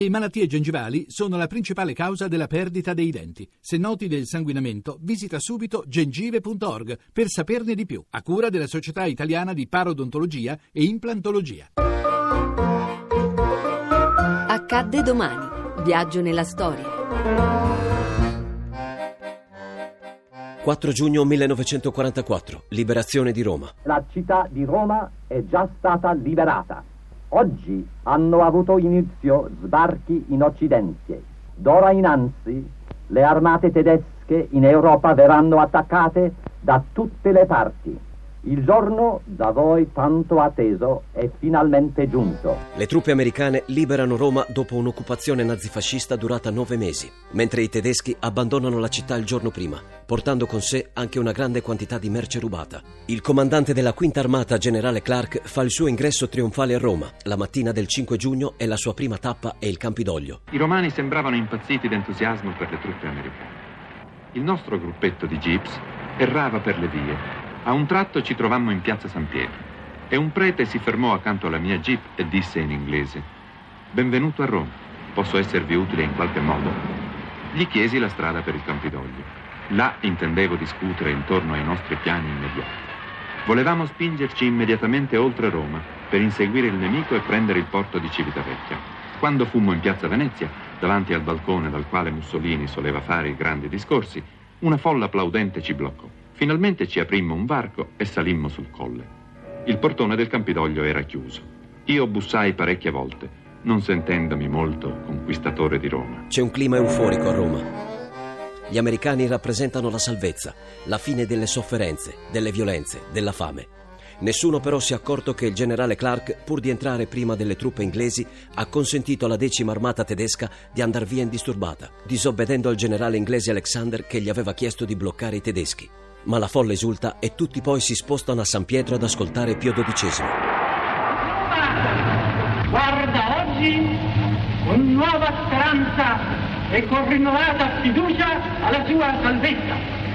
Le malattie gengivali sono la principale causa della perdita dei denti. Se noti del sanguinamento, visita subito gengive.org per saperne di più, a cura della Società Italiana di Parodontologia e Implantologia. Accadde domani. Viaggio nella storia. 4 giugno 1944, liberazione di Roma. La città di Roma è già stata liberata. Oggi hanno avuto inizio sbarchi in Occidente. D'ora innanzi le armate tedesche in Europa verranno attaccate da tutte le parti. Il giorno da voi tanto atteso è finalmente giunto. Le truppe americane liberano Roma dopo un'occupazione nazifascista durata 9 mesi, mentre i tedeschi abbandonano la città il giorno prima, portando con sé anche una grande quantità di merce rubata. Il comandante della Quinta Armata, generale Clark, fa il suo ingresso trionfale a Roma. La mattina del 5 giugno e la sua prima tappa è il Campidoglio. I romani sembravano impazziti d'entusiasmo per le truppe americane. Il nostro gruppetto di jeeps errava per le vie. A un tratto ci trovammo in piazza San Pietro e un prete si fermò accanto alla mia jeep e disse in inglese: «Benvenuto a Roma, posso esservi utile in qualche modo?» Gli chiesi la strada per il Campidoglio. Là intendevo discutere intorno ai nostri piani immediati. Volevamo spingerci immediatamente oltre Roma per inseguire il nemico e prendere il porto di Civitavecchia. Quando fummo in piazza Venezia, davanti al balcone dal quale Mussolini soleva fare i grandi discorsi, una folla applaudente ci bloccò. Finalmente ci aprimmo un varco e salimmo sul colle. Il portone del Campidoglio era chiuso. Io bussai parecchie volte, non sentendomi molto conquistatore di Roma. C'è un clima euforico a Roma. Gli americani rappresentano la salvezza, la fine delle sofferenze, delle violenze, della fame. Nessuno però si è accorto che il generale Clark, pur di entrare prima delle truppe inglesi, ha consentito alla 10ª armata tedesca di andar via indisturbata, disobbedendo al generale inglese Alexander che gli aveva chiesto di bloccare i tedeschi. Ma la folla esulta e tutti poi si spostano a San Pietro ad ascoltare Pio XII. Guarda oggi con nuova speranza e con rinnovata fiducia alla sua salvezza.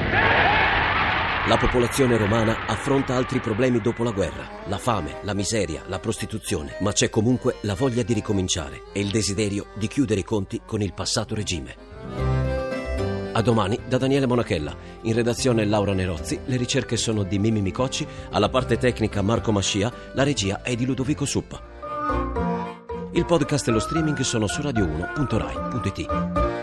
La popolazione romana affronta altri problemi dopo la guerra: la fame, la miseria, la prostituzione, ma c'è comunque la voglia di ricominciare e il desiderio di chiudere i conti con il passato regime. A domani da Daniele Monachella. In redazione Laura Nerozzi, le ricerche sono di Mimmi Micocci, alla parte tecnica Marco Mascia, la regia è di Ludovico Suppa. Il podcast e lo streaming sono su radio1.rai.it.